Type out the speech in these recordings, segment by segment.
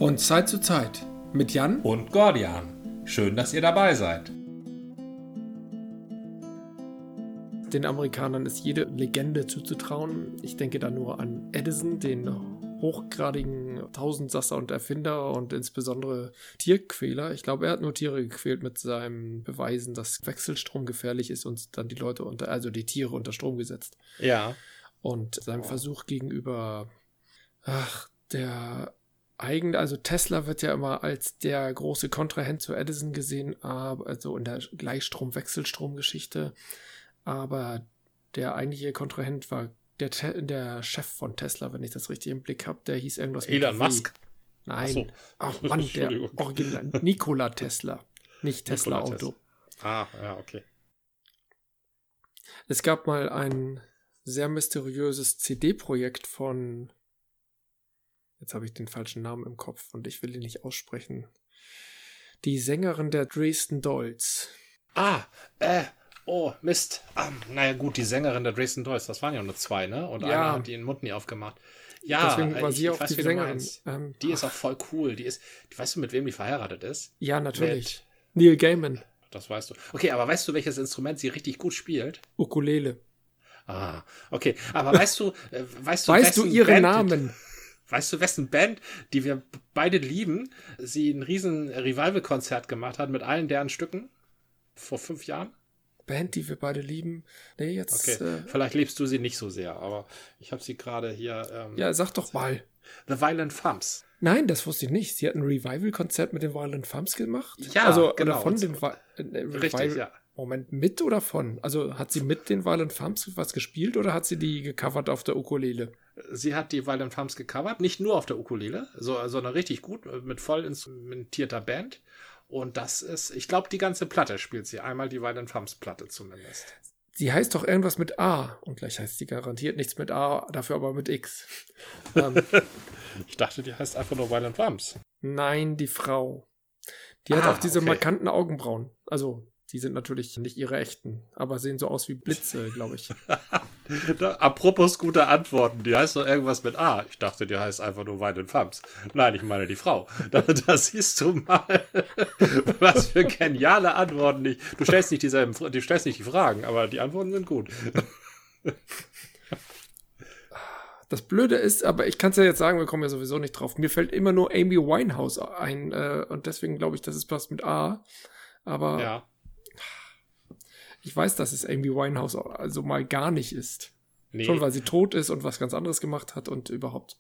Von Zeit zu Zeit mit Jan und Gordian. Schön, dass ihr dabei seid. Den Amerikanern ist jede Legende zuzutrauen. Ich denke da nur an Edison, den hochgradigen Tausendsasser und Erfinder und insbesondere Tierquäler. Ich glaube, er hat nur Tiere gequält mit seinem Beweisen, dass Wechselstrom gefährlich ist und dann die Tiere unter Strom gesetzt. Ja. Und seinem Versuch gegenüber, Tesla wird ja immer als der große Kontrahent zu Edison gesehen, also in der Gleichstrom-Wechselstrom-Geschichte. Aber der eigentliche Kontrahent war der Chef von Tesla, wenn ich das richtig im Blick habe. Der hieß irgendwas mit Elon Musk? Nein. Ach Mann, der Original. Nikola Tesla. Nicht Tesla Auto. Ah, ja, okay. Es gab mal ein sehr mysteriöses CD-Projekt von, jetzt habe ich den falschen Namen im Kopf und ich will ihn nicht aussprechen. Die Sängerin der Dresden Dolls. Oh, Mist. Naja gut, die Sängerin der Dresden Dolls, das waren ja nur 2, ne? Und ja. Einer hat die in den Mund nie aufgemacht. Ja, deswegen war sie auch die Sängerin. Die ist auch voll cool. Weißt du, mit wem die verheiratet ist? Ja, natürlich. Neil Gaiman. Das weißt du. Okay, aber weißt du, welches Instrument sie richtig gut spielt? Ukulele. Ah, okay. Aber weißt du ihren Namen? Weißt du, wessen Band, die wir beide lieben, sie ein riesen Revival-Konzert gemacht hat mit allen deren Stücken? Vor 5 Jahren? Band, die wir beide lieben. Nee, jetzt. Okay, vielleicht liebst du sie nicht so sehr, aber ich habe sie gerade hier. Ja, sag doch mal. The Violent Femmes. Nein, das wusste ich nicht. Sie hat ein Revival-Konzert mit den Violent Femmes gemacht? Ja, also, genau. Oder von dem Richtig, ja. Moment, mit oder von? Also hat sie mit den Violent Femmes was gespielt oder hat sie die gecovert auf der Ukulele? Sie hat die Violent Femmes gecovert, nicht nur auf der Ukulele, sondern richtig gut, mit voll instrumentierter Band. Und das ist, ich glaube, die ganze Platte spielt sie. Einmal die Violent Femmes Platte zumindest. Sie heißt doch irgendwas mit A. Und gleich heißt sie garantiert nichts mit A, dafür aber mit X. Ich dachte, die heißt einfach nur Violent Femmes. Nein, die Frau. Die hat auch diese markanten Augenbrauen. Also, die sind natürlich nicht ihre echten, aber sehen so aus wie Blitze, glaube ich. Apropos gute Antworten, die heißt doch irgendwas mit A. Ich dachte, die heißt einfach nur Violent Femmes. Nein, ich meine die Frau. Da siehst du mal, was für geniale Antworten. Du stellst nicht die Fragen, aber die Antworten sind gut. Das Blöde ist, aber ich kann es ja jetzt sagen, wir kommen ja sowieso nicht drauf. Mir fällt immer nur Amy Winehouse ein und deswegen glaube ich, das ist was mit A. Aber ja. Ich weiß, dass es Amy Winehouse also mal gar nicht ist. Nee. Schon weil sie tot ist und was ganz anderes gemacht hat und überhaupt.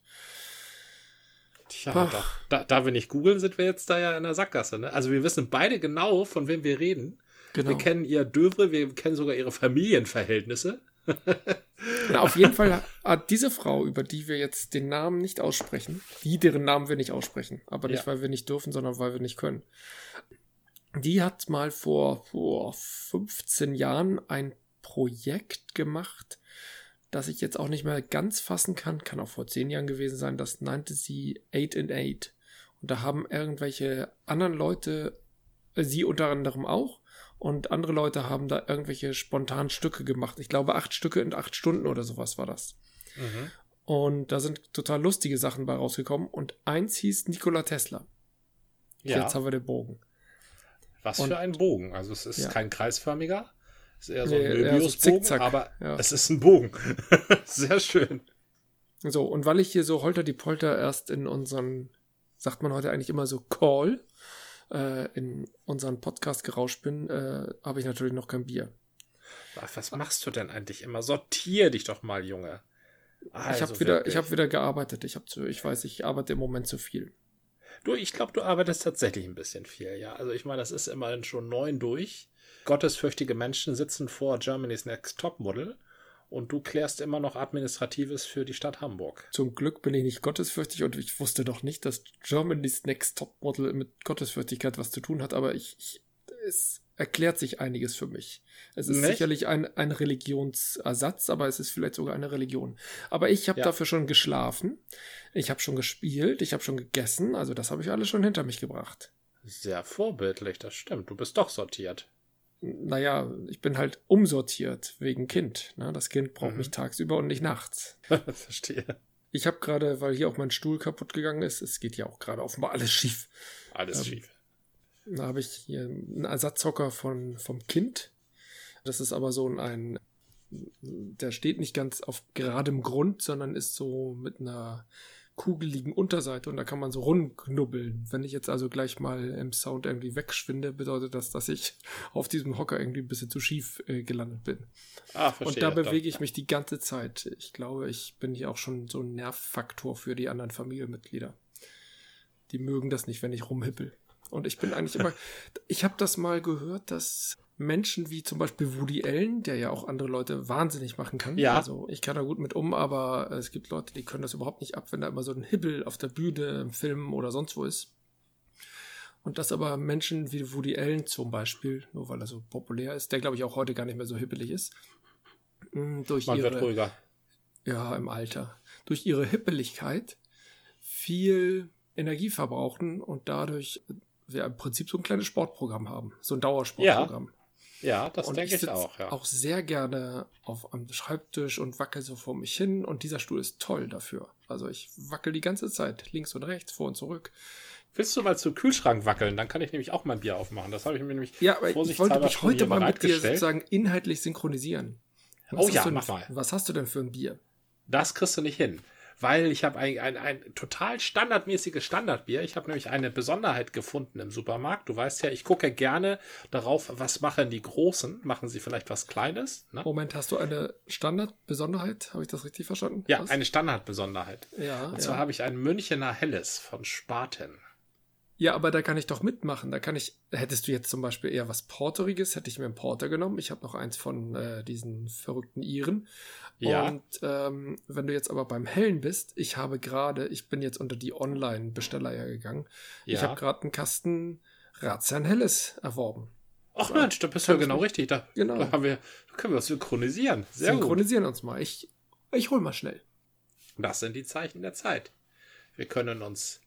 Tja, da wir nicht googeln, sind wir jetzt da ja in der Sackgasse. Ne? Also wir wissen beide genau, von wem wir reden. Genau. Wir kennen ihr Dövre, wir kennen sogar ihre Familienverhältnisse. Na, auf jeden Fall hat diese Frau, über die wir jetzt den Namen nicht aussprechen, deren Namen wir nicht aussprechen, aber nicht, weil wir nicht dürfen, sondern weil wir nicht können. Die hat mal vor 15 Jahren ein Projekt gemacht, das ich jetzt auch nicht mehr ganz fassen kann auch vor 10 Jahren gewesen sein, das nannte sie 8 in 8. Und da haben irgendwelche anderen Leute, sie unter anderem auch, und andere Leute haben da irgendwelche spontanen Stücke gemacht. Ich glaube 8 Stücke in 8 Stunden oder sowas war das. Mhm. Und da sind total lustige Sachen bei rausgekommen und eins hieß Nikola Tesla. Ja. Jetzt haben wir den Bogen. Was für ein Bogen. Also es ist kein kreisförmiger, es ist eher so ein Möbiusbogen, so aber es ist ein Bogen. Sehr schön. So, und weil ich hier so holter die Polter erst in unseren, sagt man heute eigentlich immer so Call, in unseren Podcast gerauscht bin, habe ich natürlich noch kein Bier. Was machst du denn eigentlich immer? Sortier dich doch mal, Junge. Also ich hab wieder gearbeitet. Ich weiß, ich arbeite im Moment zu viel. Ich glaube, du arbeitest tatsächlich ein bisschen viel, ja. Also ich meine, das ist immerhin schon 9 durch. Gottesfürchtige Menschen sitzen vor Germany's Next Topmodel und du klärst immer noch Administratives für die Stadt Hamburg. Zum Glück bin ich nicht gottesfürchtig und ich wusste doch nicht, dass Germany's Next Topmodel mit Gottesfürchtigkeit was zu tun hat, aber es erklärt sich einiges für mich. Es ist sicherlich ein Religionsersatz, aber es ist vielleicht sogar eine Religion. Aber ich habe dafür schon geschlafen, ich habe schon gespielt, ich habe schon gegessen, also das habe ich alles schon hinter mich gebracht. Sehr vorbildlich, das stimmt. Du bist doch sortiert. Naja, ich bin halt umsortiert wegen Kind. Ne? Das Kind braucht mich tagsüber und nicht nachts. Verstehe. Ich habe gerade, weil hier auch mein Stuhl kaputt gegangen ist, es geht ja auch gerade offenbar alles schief. Alles schief. Da habe ich hier einen Ersatzhocker vom Kind. Das ist aber so der steht nicht ganz auf geradem Grund, sondern ist so mit einer kugeligen Unterseite und da kann man so rumknubbeln. Wenn ich jetzt also gleich mal im Sound irgendwie wegschwinde, bedeutet das, dass ich auf diesem Hocker irgendwie ein bisschen zu schief gelandet bin. Verstehe. Und da bewege ich mich die ganze Zeit. Ich glaube, ich bin hier auch schon so ein Nervfaktor für die anderen Familienmitglieder. Die mögen das nicht, wenn ich rumhippel. Und ich bin eigentlich immer, ich habe das mal gehört, dass Menschen wie zum Beispiel Woody Allen, der ja auch andere Leute wahnsinnig machen kann. Ja. Also ich kann da gut mit aber es gibt Leute, die können das überhaupt nicht ab, wenn da immer so ein Hibbel auf der Bühne, im Film oder sonst wo ist. Und dass aber Menschen wie Woody Allen zum Beispiel, nur weil er so populär ist, der glaube ich auch heute gar nicht mehr so hibbelig ist, durch Man wird ruhiger. Ja, im Alter, durch ihre Hippeligkeit viel Energie verbrauchen und dadurch wir im Prinzip so ein kleines Sportprogramm haben, so ein Dauersportprogramm. Ja, das und denke ich auch. Ja. Auch sehr gerne am Schreibtisch und wackel so vor mich hin und dieser Stuhl ist toll dafür. Also ich wackel die ganze Zeit, links und rechts, vor und zurück. Willst du mal zum Kühlschrank wackeln? Dann kann ich nämlich auch mein Bier aufmachen. Das habe ich mir nämlich aber ich wollte mich heute mal mit dir sozusagen inhaltlich synchronisieren. Mach mal. Was hast du denn für ein Bier? Das kriegst du nicht hin. Weil ich habe ein total standardmäßiges Standardbier. Ich habe nämlich eine Besonderheit gefunden im Supermarkt. Du weißt ja, ich gucke gerne darauf, was machen die Großen. Machen sie vielleicht was Kleines? Ne? Moment, hast du eine Standardbesonderheit? Habe ich das richtig verstanden? Ja, eine Standardbesonderheit. Ja. Und zwar habe ich ein Münchener Helles von Spaten. Ja, aber da kann ich doch mitmachen. Hättest du jetzt zum Beispiel eher was Porteriges, hätte ich mir einen Porter genommen. Ich habe noch eins von diesen verrückten Iren. Ja. Und wenn du jetzt aber beim Hellen bist, ich bin jetzt unter die Online-Besteller gegangen. Ja. Ich habe gerade einen Kasten Ratsherrn Helles erworben. Ach Mensch, da bist du ja genau richtig. Da können wir uns synchronisieren. Sehr synchronisieren uns mal. Ich hol mal schnell. Das sind die Zeichen der Zeit. Wir können uns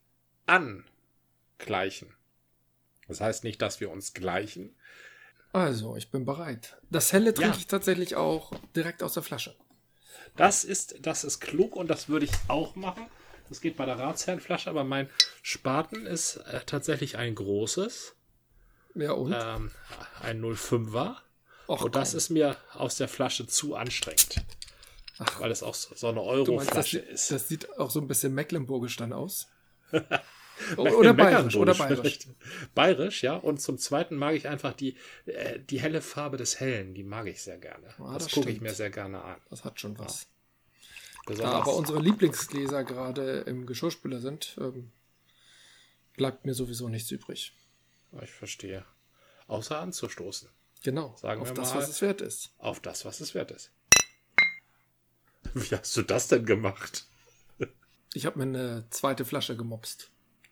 angleichen. Das heißt nicht, dass wir uns gleichen. Also, ich bin bereit. Das Helle trinke ich tatsächlich auch direkt aus der Flasche. Das ist klug und das würde ich auch machen. Das geht bei der Ratsherrenflasche, aber mein Spaten ist tatsächlich ein großes. Ja, und? Ein 05er. Und das ist mir aus der Flasche zu anstrengend. Ach, weil es auch so eine Euro-Flasche ist. Das sieht auch so ein bisschen mecklenburgisch dann aus. Oder bayerisch. Bayerisch, ja. Und zum Zweiten mag ich einfach die helle Farbe des Hellen. Die mag ich sehr gerne. Das gucke ich mir sehr gerne an. Das hat schon was. Ja. Da aber unsere Lieblingsgläser gerade im Geschirrspüler sind, bleibt mir sowieso nichts übrig. Ich verstehe. Außer anzustoßen. Genau. Sagen auf wir das, mal, was es wert ist. Auf das, was es wert ist. Wie hast du das denn gemacht? Ich habe mir eine zweite Flasche gemopst.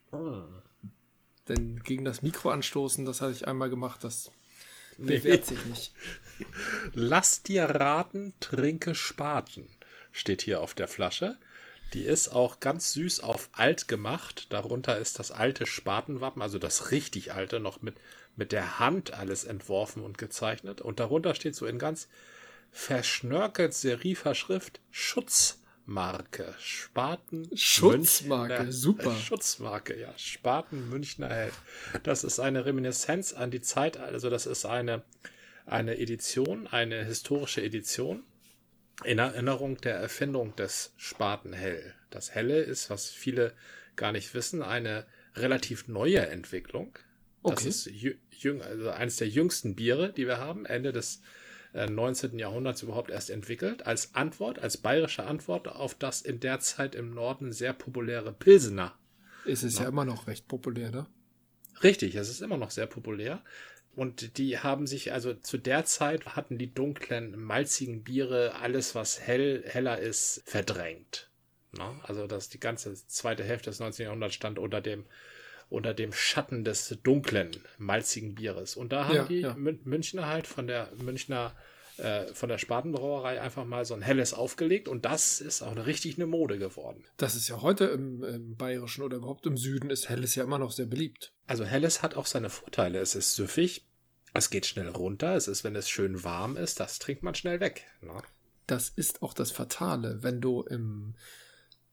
Denn gegen das Mikro anstoßen, das hatte ich einmal gemacht, das bewährt sich nicht. Lass dir raten, trinke Spaten, steht hier auf der Flasche. Die ist auch ganz süß auf alt gemacht. Darunter ist das alte Spatenwappen, also das richtig alte, noch mit der Hand alles entworfen und gezeichnet. Und darunter steht so in ganz verschnörkelt Serifer Schrift Schutzmarke. Spaten. Schutzmarke, Münchner, super. Schutzmarke, ja. Spaten Münchner Hell. Das ist eine Reminiszenz an die Zeit, also das ist eine Edition, eine historische Edition in Erinnerung der Erfindung des Spatenhell. Das Helle ist, was viele gar nicht wissen, eine relativ neue Entwicklung. Das ist also eines der jüngsten Biere, die wir haben, Ende des 19. Jahrhunderts überhaupt erst entwickelt, als bayerische Antwort auf das in der Zeit im Norden sehr populäre Pilsener. Es ist ja immer noch recht populär, ne? Richtig, es ist immer noch sehr populär. Und die haben sich, also zu der Zeit hatten die dunklen, malzigen Biere alles, was heller ist, verdrängt. Na? Also die ganze zweite Hälfte des 19. Jahrhunderts stand unter dem Schatten des dunklen, malzigen Bieres. Und da haben die Münchner halt von der Spatenbrauerei einfach mal so ein Helles aufgelegt. Und das ist auch richtig eine Mode geworden. Das ist ja heute im Bayerischen oder überhaupt im Süden ist Helles ja immer noch sehr beliebt. Also Helles hat auch seine Vorteile. Es ist süffig, es geht schnell runter, es ist, wenn es schön warm ist, das trinkt man schnell weg. Ne? Das ist auch das Fatale, wenn du im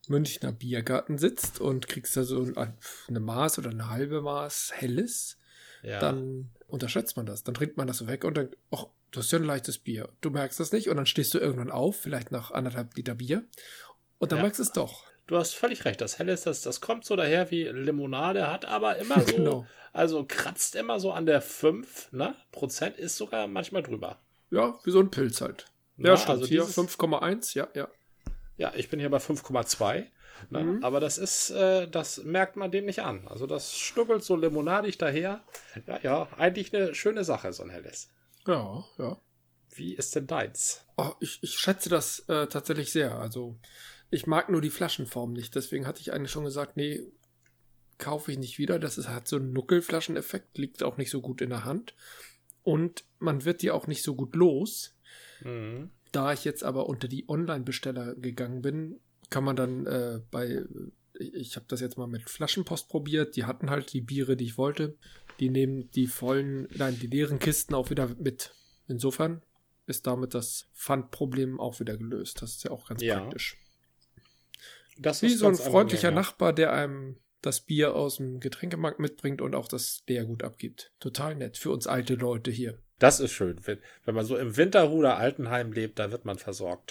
Münchner Biergarten sitzt und kriegst da so eine Maß oder eine halbe Maß Helles, dann unterschätzt man das. Dann trinkt man das so weg und denkt, ach, du hast ja ein leichtes Bier. Du merkst das nicht und dann stehst du irgendwann auf, vielleicht nach 1,5 Liter Bier und dann merkst du es doch. Du hast völlig recht. Das Helles, das kommt so daher wie Limonade, hat aber immer so, Genau. Also kratzt immer so an der 5, ne? Prozent, ist sogar manchmal drüber. Ja, wie so ein Pilz halt. Ja, stimmt. also hier dieses- 5,1, ja. Ja, ich bin hier bei 5,2. Ne? Aber das ist, das merkt man dem nicht an. Also das schnuckelt so limonadig daher. Ja, eigentlich eine schöne Sache, so ein Helles. Ja. Wie ist denn deins? Oh, ich schätze das tatsächlich sehr. Also ich mag nur die Flaschenform nicht. Deswegen hatte ich eigentlich schon gesagt, nee, kaufe ich nicht wieder. Hat so einen Nuckelflascheneffekt, liegt auch nicht so gut in der Hand. Und man wird die auch nicht so gut los. Mhm. Da ich jetzt aber unter die Online-Besteller gegangen bin, kann man dann ich habe das jetzt mal mit Flaschenpost probiert. Die hatten halt die Biere, die ich wollte. Die nehmen die leeren Kisten auch wieder mit. Insofern ist damit das Pfandproblem auch wieder gelöst. Das ist ja auch ganz praktisch. Das Wie ist so ein ganz freundlicher angenehm, Nachbar, der einem das Bier aus dem Getränkemarkt mitbringt und auch das Leergut abgibt. Total nett für uns alte Leute hier. Das ist schön. Wenn man so im Winterhuder Altenheim lebt, da wird man versorgt.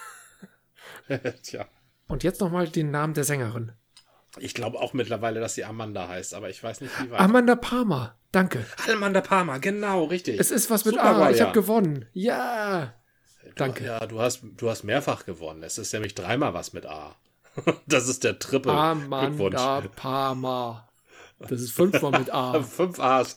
Tja. Und jetzt nochmal den Namen der Sängerin. Ich glaube auch mittlerweile, dass sie Amanda heißt, aber ich weiß nicht, wie weit. Amanda Palmer. Danke. Amanda Palmer, genau, richtig. Es ist was mit Super, A. Ich Maria. habe gewonnen. Ja. Danke. Ja, du hast mehrfach gewonnen. Es ist nämlich 3-mal was mit A. Das ist der Triple. Glückwunsch. Amanda Palmer. Das ist 5-mal mit A. 5 A's.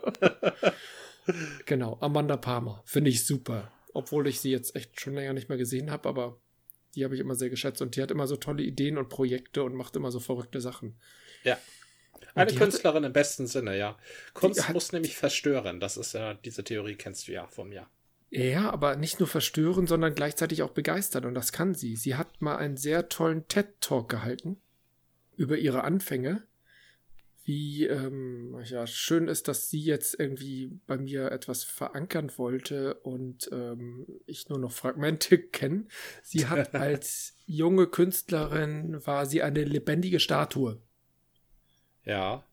Genau, Amanda Palmer. Finde ich super. Obwohl ich sie jetzt echt schon länger nicht mehr gesehen habe, aber die habe ich immer sehr geschätzt. Und die hat immer so tolle Ideen und Projekte und macht immer so verrückte Sachen. Ja. Eine die Künstlerin im besten Sinne, ja. Kunst hat- muss nämlich verstören. Das ist ja, diese Theorie kennst du ja von mir. Ja, aber nicht nur verstören, sondern gleichzeitig auch begeistern. Und das kann sie. Sie hat mal einen sehr tollen TED-Talk gehalten über ihre Anfänge. Wie schön ist, dass sie jetzt irgendwie bei mir etwas verankern wollte und ich nur noch Fragmente kenne. Sie hat als junge Künstlerin, war sie eine lebendige Statue. Ja.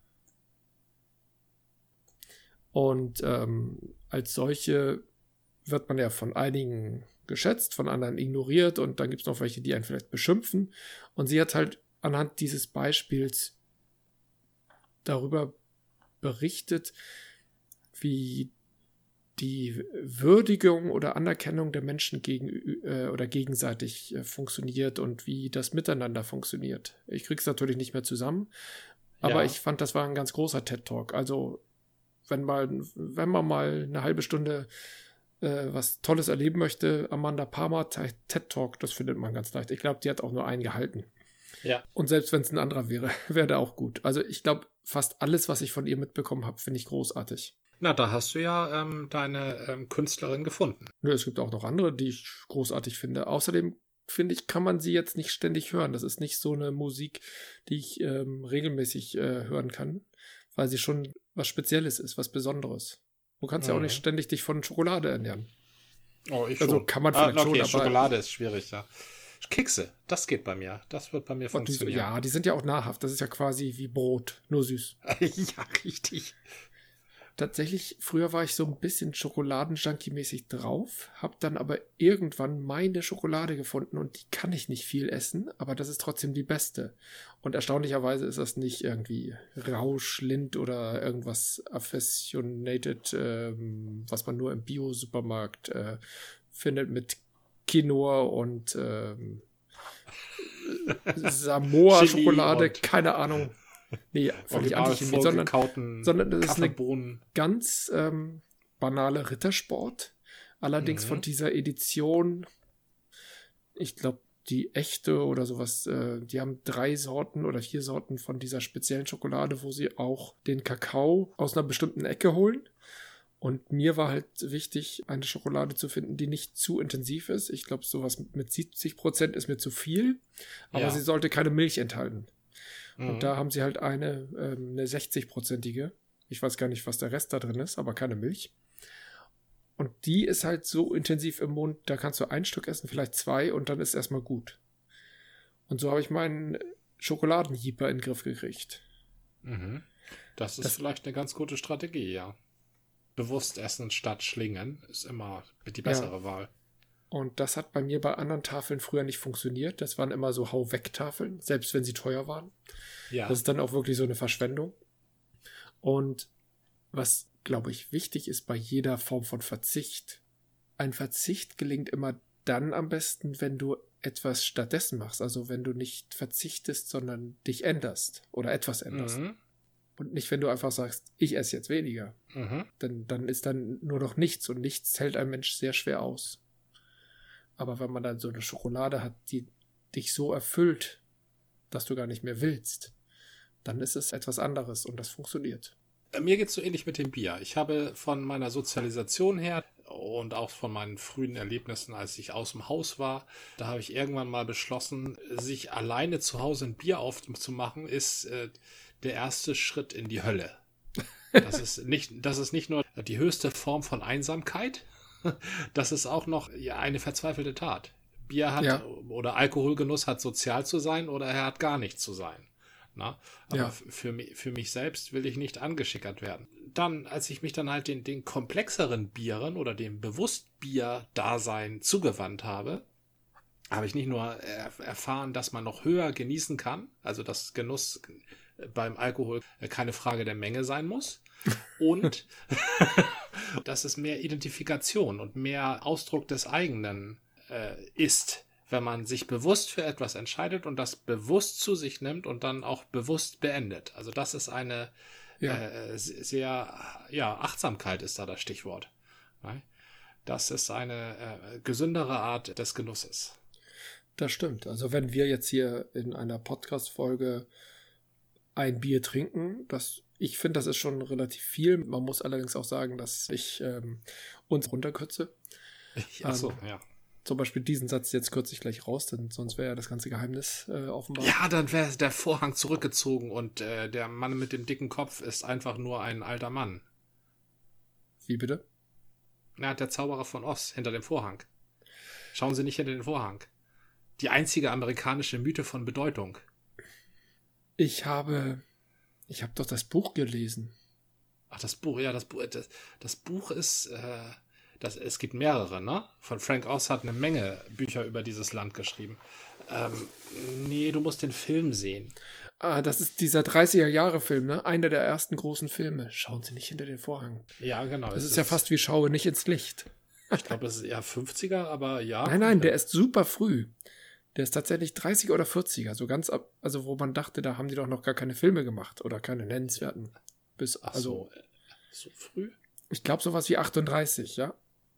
Und als solche wird man ja von einigen geschätzt, von anderen ignoriert und dann gibt es noch welche, die einen vielleicht beschimpfen. Und sie hat halt anhand dieses Beispiels darüber berichtet, wie die Würdigung oder Anerkennung der Menschen oder gegenseitig funktioniert und wie das Miteinander funktioniert. Ich krieg's natürlich nicht mehr zusammen, aber ich fand, das war ein ganz großer TED-Talk. Also wenn man mal eine halbe Stunde was Tolles erleben möchte, Amanda Palmer TED-Talk, das findet man ganz leicht. Ich glaube, die hat auch nur einen gehalten. Ja. Und selbst wenn es ein anderer wäre, wäre der auch gut. Also ich glaube, fast alles, was ich von ihr mitbekommen habe, finde ich großartig. Na, da hast du ja deine Künstlerin gefunden. Nö, es gibt auch noch andere, die ich großartig finde. Außerdem, finde ich, kann man sie jetzt nicht ständig hören. Das ist nicht so eine Musik, die ich regelmäßig hören kann, weil sie schon was Spezielles ist, was Besonderes. Du kannst ja auch nicht ständig dich von Schokolade ernähren. Oh, ich Also schon. kann man vielleicht schon, aber Schokolade ist schwierig, ja. Kekse, das geht bei mir. Das wird bei mir funktionieren. Ja, die sind ja auch nahrhaft. Das ist ja quasi wie Brot, nur süß. Ja, richtig. Tatsächlich, früher war ich so ein bisschen Schokoladen-Junkie-mäßig drauf, habe dann aber irgendwann meine Schokolade gefunden und die kann ich nicht viel essen, aber das ist trotzdem die beste. Und erstaunlicherweise ist das nicht irgendwie Rausch, Lind oder irgendwas Affectionated, was man nur im Bio-Supermarkt findet mit Quinoa und Samoa-Schokolade, keine Ahnung. Nee, völlig antichemisch, sondern das ist eine ganz banale Rittersport. Allerdings von dieser Edition, ich glaube, die echte oder sowas, die haben 3 Sorten oder 4 Sorten von dieser speziellen Schokolade, wo sie auch den Kakao aus einer bestimmten Ecke holen. Und mir war halt wichtig, eine Schokolade zu finden, die nicht zu intensiv ist. Ich glaube, sowas mit 70% ist mir zu viel, aber sie sollte keine Milch enthalten. Und da haben sie halt eine 60-prozentige. Ich weiß gar nicht, was der Rest da drin ist, aber keine Milch. Und die ist halt so intensiv im Mund, da kannst du ein Stück essen, vielleicht 2 und dann ist erstmal gut. Und so habe ich meinen Schokoladenjeeper in den Griff gekriegt. Mhm. Das ist vielleicht eine ganz gute Strategie, ja. Bewusst essen statt schlingen ist immer die bessere Wahl. Und das hat bei mir bei anderen Tafeln früher nicht funktioniert. Das waren immer so Hau-weg-Tafeln, selbst wenn sie teuer waren. Ja. Das ist dann auch wirklich so eine Verschwendung. Und was, glaube ich, wichtig ist bei jeder Form von Verzicht. Ein Verzicht gelingt immer dann am besten, wenn du etwas stattdessen machst. Also wenn du nicht verzichtest, sondern dich änderst oder etwas änderst. Mhm. Und nicht, wenn du einfach sagst, ich esse jetzt weniger. Mhm. Dann ist dann nur noch nichts. Und nichts hält ein Mensch sehr schwer aus. Aber wenn man dann so eine Schokolade hat, die dich so erfüllt, dass du gar nicht mehr willst, dann ist es etwas anderes und das funktioniert. Mir geht es so ähnlich mit dem Bier. Ich habe von meiner Sozialisation her und auch von meinen frühen Erlebnissen, als ich aus dem Haus war, da habe ich irgendwann mal beschlossen, sich alleine zu Hause ein Bier aufzumachen, ist der erste Schritt in die Hölle. Das ist nicht nur die höchste Form von Einsamkeit, das ist auch noch eine verzweifelte Tat. Bier hat oder Alkoholgenuss hat sozial zu sein oder er hat gar nicht zu sein. Na? Aber für mich selbst will ich nicht angeschickert werden. Dann, als ich mich dann halt den komplexeren Bieren oder dem Bewusstbier-Dasein zugewandt habe, habe ich nicht nur erfahren, dass man noch höher genießen kann, also dass Genuss beim Alkohol keine Frage der Menge sein muss und dass es mehr Identifikation und mehr Ausdruck des eigenen ist, wenn man sich bewusst für etwas entscheidet und das bewusst zu sich nimmt und dann auch bewusst beendet. Also das ist eine sehr, Achtsamkeit ist da das Stichwort. Das ist eine gesündere Art des Genusses. Das stimmt. Also wenn wir jetzt hier in einer Podcast-Folge ein Bier trinken, ich finde, das ist schon relativ viel. Man muss allerdings auch sagen, dass ich uns runterkürze. Ja. Zum Beispiel diesen Satz jetzt kürze ich gleich raus, denn sonst wäre ja das ganze Geheimnis offenbar. Ja, dann wäre der Vorhang zurückgezogen und der Mann mit dem dicken Kopf ist einfach nur ein alter Mann. Wie bitte? Na, der Zauberer von Oz hinter dem Vorhang. Schauen Sie nicht hinter den Vorhang. Die einzige amerikanische Mythe von Bedeutung. Ich habe doch das Buch gelesen. Ach, das Buch, ja, das Buch ist, es gibt mehrere, ne? Von Frank Oz hat eine Menge Bücher über dieses Land geschrieben. Nee, du musst den Film sehen. Ah, das ist dieser 30er-Jahre-Film, ne? Einer der ersten großen Filme. Schauen Sie nicht hinter den Vorhang. Ja, genau. Das ist ja fast wie Schaue nicht ins Licht. Ich glaube, das ist eher 50er, aber ja. Nein, der ist super früh. Der ist tatsächlich 30er oder 40er, so ganz ab, also wo man dachte, da haben die doch noch gar keine Filme gemacht oder keine nennenswerten. So früh? Ich glaube sowas wie 38, ja.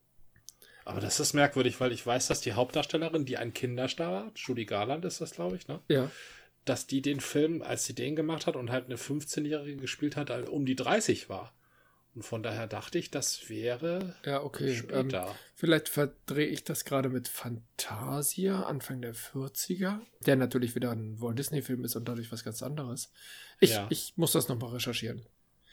Aber das ist merkwürdig, weil ich weiß, dass die Hauptdarstellerin, die ein Kinderstar war, Judy Garland ist das, glaube ich, ne? Ja. Dass die den Film, als sie den gemacht hat und halt eine 15-Jährige gespielt hat, halt um die 30 war. Und von daher dachte ich, das wäre später. Vielleicht verdrehe ich das gerade mit Fantasia, Anfang der 40er, der natürlich wieder ein Walt Disney-Film ist und dadurch was ganz anderes. Ich muss das nochmal recherchieren.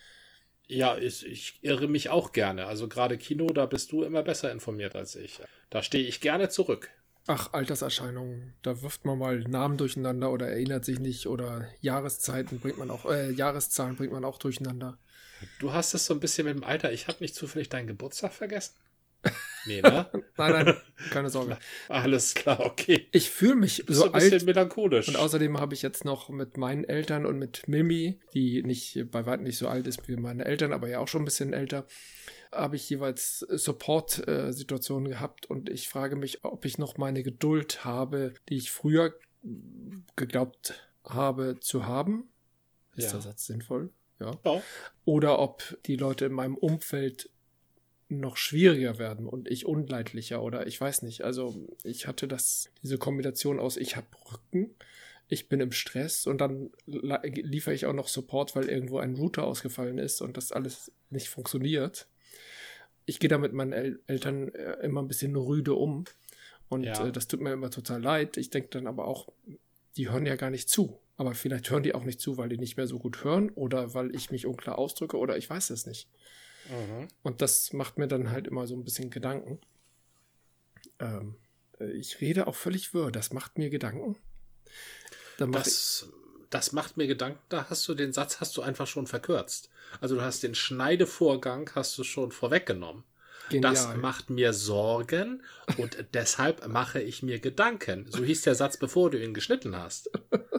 Ja, ich irre mich auch gerne. Also gerade Kino, da bist du immer besser informiert als ich. Da stehe ich gerne zurück. Ach, Alterserscheinungen, da wirft man mal Namen durcheinander oder erinnert sich nicht oder Jahreszahlen bringt man auch durcheinander. Du hast es so ein bisschen mit dem Alter. Ich habe nicht zufällig deinen Geburtstag vergessen? Nee, ne? Nein, keine Sorge. Alles klar, okay. Ich fühle mich so ein bisschen alt. Melancholisch. Und außerdem habe ich jetzt noch mit meinen Eltern und mit Mimi, die bei weitem nicht so alt ist wie meine Eltern, aber ja auch schon ein bisschen älter, habe ich jeweils Support-Situationen gehabt und ich frage mich, ob ich noch meine Geduld habe, die ich früher geglaubt habe zu haben. Ist der Satz sinnvoll? Ja. Oder ob die Leute in meinem Umfeld noch schwieriger werden und ich unleidlicher oder ich weiß nicht. Also ich hatte diese Kombination aus, ich habe Rücken, ich bin im Stress und dann liefere ich auch noch Support, weil irgendwo ein Router ausgefallen ist und das alles nicht funktioniert. Ich gehe da mit meinen Eltern immer ein bisschen rüde um und das tut mir immer total leid. Ich denke dann aber auch, die hören ja gar nicht zu. Aber vielleicht hören die auch nicht zu, weil die nicht mehr so gut hören oder weil ich mich unklar ausdrücke oder ich weiß es nicht. Mhm. Und das macht mir dann halt immer so ein bisschen Gedanken. Ich rede auch völlig wirr. Das macht mir Gedanken. Das macht mir Gedanken, den Satz hast du einfach schon verkürzt. Also du hast den Schneidevorgang hast du schon vorweggenommen. Genial. Das macht mir Sorgen und deshalb mache ich mir Gedanken. So hieß der Satz, bevor du ihn geschnitten hast.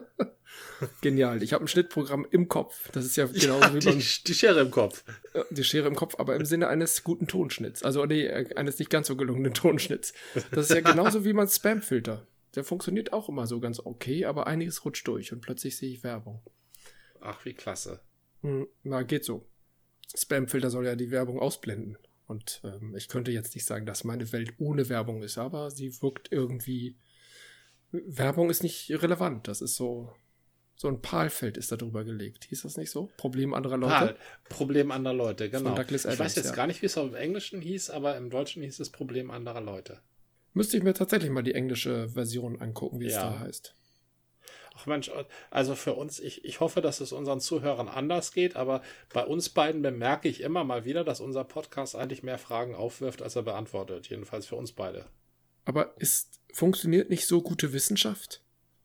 Genial. Ich habe ein Schnittprogramm im Kopf. Das ist ja genauso wie die Schere im Kopf. Die Schere im Kopf, aber im Sinne eines guten Tonschnitts. Also eines nicht ganz so gelungenen Tonschnitts. Das ist ja genauso wie mein Spamfilter. Der funktioniert auch immer so ganz okay, aber einiges rutscht durch und plötzlich sehe ich Werbung. Ach, wie klasse. Na, geht so. Spamfilter soll ja die Werbung ausblenden. Und ich könnte jetzt nicht sagen, dass meine Welt ohne Werbung ist, aber sie wirkt irgendwie... Werbung ist nicht relevant. Das ist so ein Palfeld ist da drüber gelegt. Hieß das nicht so? Problem anderer Leute? Problem anderer Leute, genau. Adams, ich weiß jetzt gar nicht, wie es im Englischen hieß, aber im Deutschen hieß es Problem anderer Leute. Müsste ich mir tatsächlich mal die englische Version angucken, wie es da heißt. Ach Mensch, also für uns, ich hoffe, dass es unseren Zuhörern anders geht, aber bei uns beiden bemerke ich immer mal wieder, dass unser Podcast eigentlich mehr Fragen aufwirft, als er beantwortet. Jedenfalls für uns beide. Aber funktioniert nicht so gute Wissenschaft?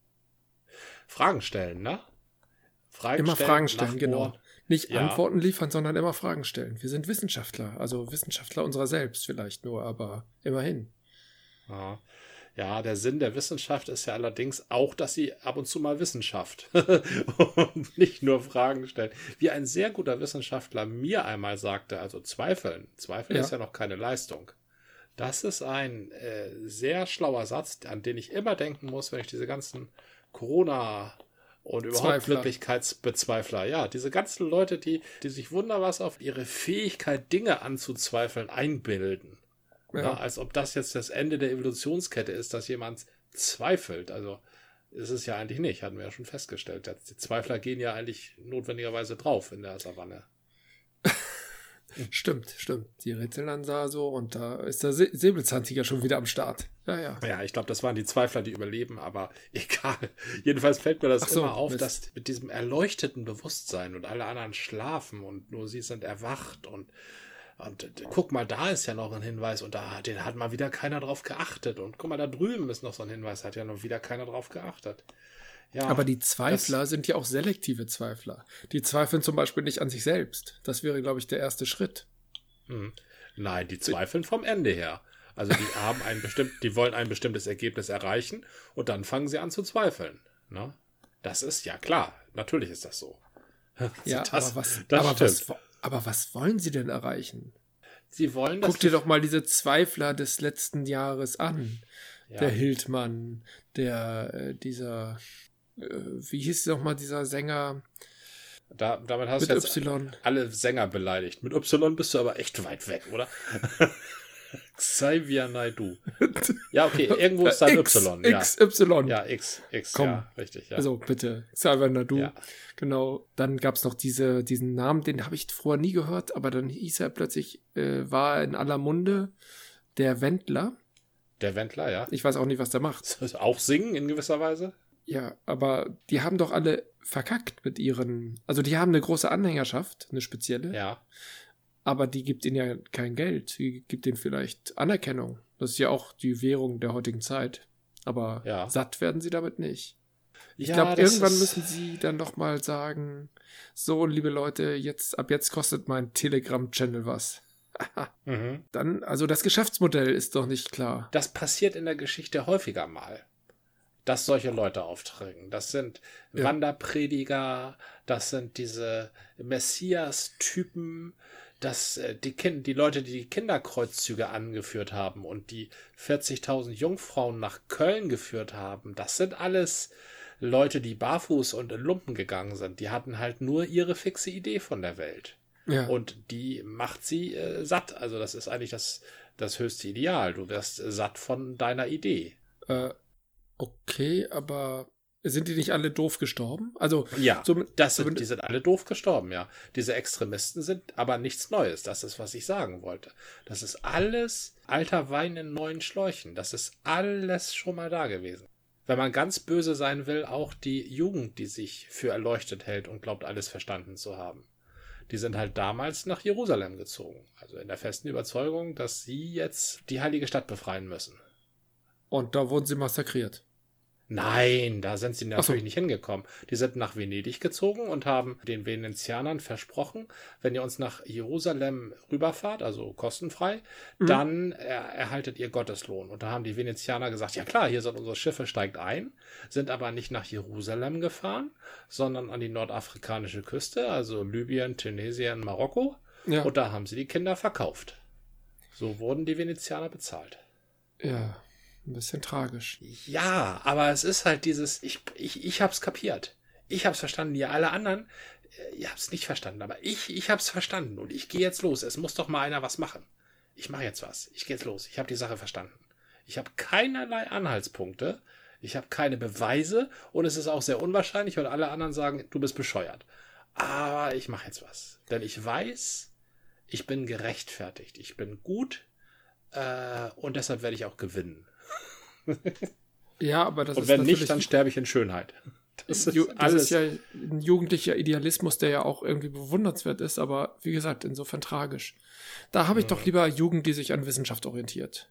Fragen stellen, ne? Fragen stellen, genau. Nicht Antworten liefern, sondern immer Fragen stellen. Wir sind Wissenschaftler, also Wissenschaftler unserer selbst vielleicht nur, aber immerhin. Ja, der Sinn der Wissenschaft ist ja allerdings auch, dass sie ab und zu mal Wissenschaft und nicht nur Fragen stellt. Wie ein sehr guter Wissenschaftler mir einmal sagte, also Zweifeln ist ja noch keine Leistung. Das ist ein sehr schlauer Satz, an den ich immer denken muss, wenn ich diese ganzen Corona- und überhaupt Wirklichkeitsbezweifler, diese ganzen Leute, die sich wunderbar auf ihre Fähigkeit, Dinge anzuzweifeln, einbilden. Ja, als ob das jetzt das Ende der Evolutionskette ist, dass jemand zweifelt. Also ist es ja eigentlich nicht, hatten wir ja schon festgestellt. Die Zweifler gehen ja eigentlich notwendigerweise drauf in der Savanne. Stimmt. Die rätseln dann da so und da ist der Säbelzahntiger schon wieder am Start. Ja. Ja, ich glaube, das waren die Zweifler, die überleben, aber egal. Jedenfalls fällt mir das immer auf, dass mit diesem erleuchteten Bewusstsein und alle anderen schlafen und nur sie sind erwacht und guck mal, da ist ja noch ein Hinweis und den hat mal wieder keiner drauf geachtet. Und guck mal, da drüben ist noch so ein Hinweis, hat ja noch wieder keiner drauf geachtet. Ja, aber die Zweifler sind ja auch selektive Zweifler. Die zweifeln zum Beispiel nicht an sich selbst. Das wäre, glaube ich, der erste Schritt. Nein, die zweifeln vom Ende her. Also die wollen ein bestimmtes Ergebnis erreichen und dann fangen sie an zu zweifeln. Ne? Das ist ja klar. Natürlich ist das so. Ja, aber was wollen sie denn erreichen? Sie wollen, Guck dir doch mal diese Zweifler des letzten Jahres an. Ja. Der Hildmann, dieser, wie hieß noch mal dieser Sänger? Damit hast du jetzt alle Sänger beleidigt. Mit Y bist du aber echt weit weg, oder? Xavier Naidoo. Ja, okay, irgendwo ist da ein Y. Ja. XY. Ja, X, komm. Ja, richtig. Ja. Also bitte, Xavier Naidoo. Ja. Genau, dann gab es noch diesen Namen, den habe ich vorher nie gehört, aber dann hieß er plötzlich, war in aller Munde, der Wendler. Der Wendler, ja. Ich weiß auch nicht, was der macht. Auch singen in gewisser Weise? Ja, aber die haben doch alle verkackt mit also die haben eine große Anhängerschaft, eine spezielle. Ja. Aber die gibt ihnen ja kein Geld. Die gibt ihnen vielleicht Anerkennung. Das ist ja auch die Währung der heutigen Zeit. Aber satt werden sie damit nicht. Ich glaube, irgendwann müssen sie dann doch mal sagen, so, liebe Leute, ab jetzt kostet mein Telegram-Channel was. Dann, also das Geschäftsmodell ist doch nicht klar. Das passiert in der Geschichte häufiger mal, dass solche Leute auftreten. Das sind Wanderprediger, das sind diese Messias-Typen, die Leute, die die Kinderkreuzzüge angeführt haben und die 40.000 Jungfrauen nach Köln geführt haben, das sind alles Leute, die barfuß und in Lumpen gegangen sind. Die hatten halt nur ihre fixe Idee von der Welt. Ja. Und die macht sie satt. Also das ist eigentlich das höchste Ideal. Du wirst satt von deiner Idee. Okay, aber sind die nicht alle doof gestorben? Also ja, die sind alle doof gestorben, ja. Diese Extremisten sind aber nichts Neues. Das ist, was ich sagen wollte. Das ist alles alter Wein in neuen Schläuchen. Das ist alles schon mal da gewesen. Wenn man ganz böse sein will, auch die Jugend, die sich für erleuchtet hält und glaubt, alles verstanden zu haben. Die sind halt damals nach Jerusalem gezogen. Also in der festen Überzeugung, dass sie jetzt die heilige Stadt befreien müssen. Und da wurden sie massakriert. Nein, da sind sie natürlich so. nicht hingekommen. Die sind nach Venedig gezogen und haben den Venezianern versprochen, wenn ihr uns nach Jerusalem rüberfahrt, also kostenfrei, dann erhaltet ihr Gotteslohn. Und da haben die Venezianer gesagt, ja klar, hier sind unsere Schiffe, steigt ein, sind aber nicht nach Jerusalem gefahren, sondern an die nordafrikanische Küste, also Libyen, Tunesien, Marokko. Ja. Und da haben sie die Kinder verkauft. So wurden die Venezianer bezahlt. Ja, ein bisschen tragisch. Ja, aber es ist halt dieses, ich hab's kapiert. Ich hab's verstanden. Ihr alle anderen, ihr habt's nicht verstanden. Aber ich hab's verstanden und ich gehe jetzt los. Es muss doch mal einer was machen. Ich mache jetzt was. Ich gehe jetzt los. Ich habe die Sache verstanden. Ich habe keinerlei Anhaltspunkte. Ich habe keine Beweise und es ist auch sehr unwahrscheinlich, weil alle anderen sagen, du bist bescheuert. Aber ich mache jetzt was. Denn ich weiß, ich bin gerechtfertigt. Ich bin gut und deshalb werde ich auch gewinnen. Ja, aber das und ist wenn natürlich nicht, dann sterbe ich in Schönheit. Das ist das alles. ist ja ein jugendlicher Idealismus, der ja auch irgendwie bewundernswert ist, aber wie gesagt, insofern tragisch. Da habe ich doch lieber Jugend, die sich an Wissenschaft orientiert.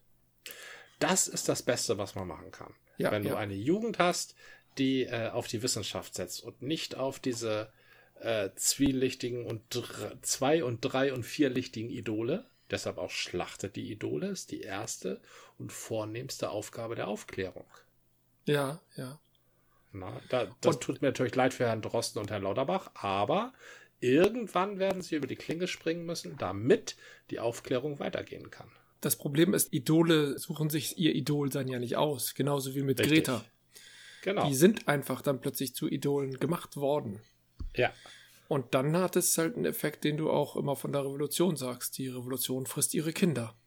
Das ist das Beste, was man machen kann. Ja, wenn du eine Jugend hast, die auf die Wissenschaft setzt und nicht auf diese zwielichtigen und 2- und 3- und 4-lichtigen Idole. Deshalb auch schlachtet die Idole, ist die erste und vornehmste Aufgabe der Aufklärung. Ja, ja. Na, das tut mir natürlich leid für Herrn Drosten und Herrn Lauterbach, aber irgendwann werden sie über die Klinge springen müssen, damit die Aufklärung weitergehen kann. Das Problem ist, Idole suchen sich ihr Idolsein ja nicht aus, genauso wie mit Richtig. Greta. Genau. Die sind einfach dann plötzlich zu Idolen gemacht worden. Ja. Und dann hat es halt einen Effekt, den du auch immer von der Revolution sagst. Die Revolution frisst ihre Kinder.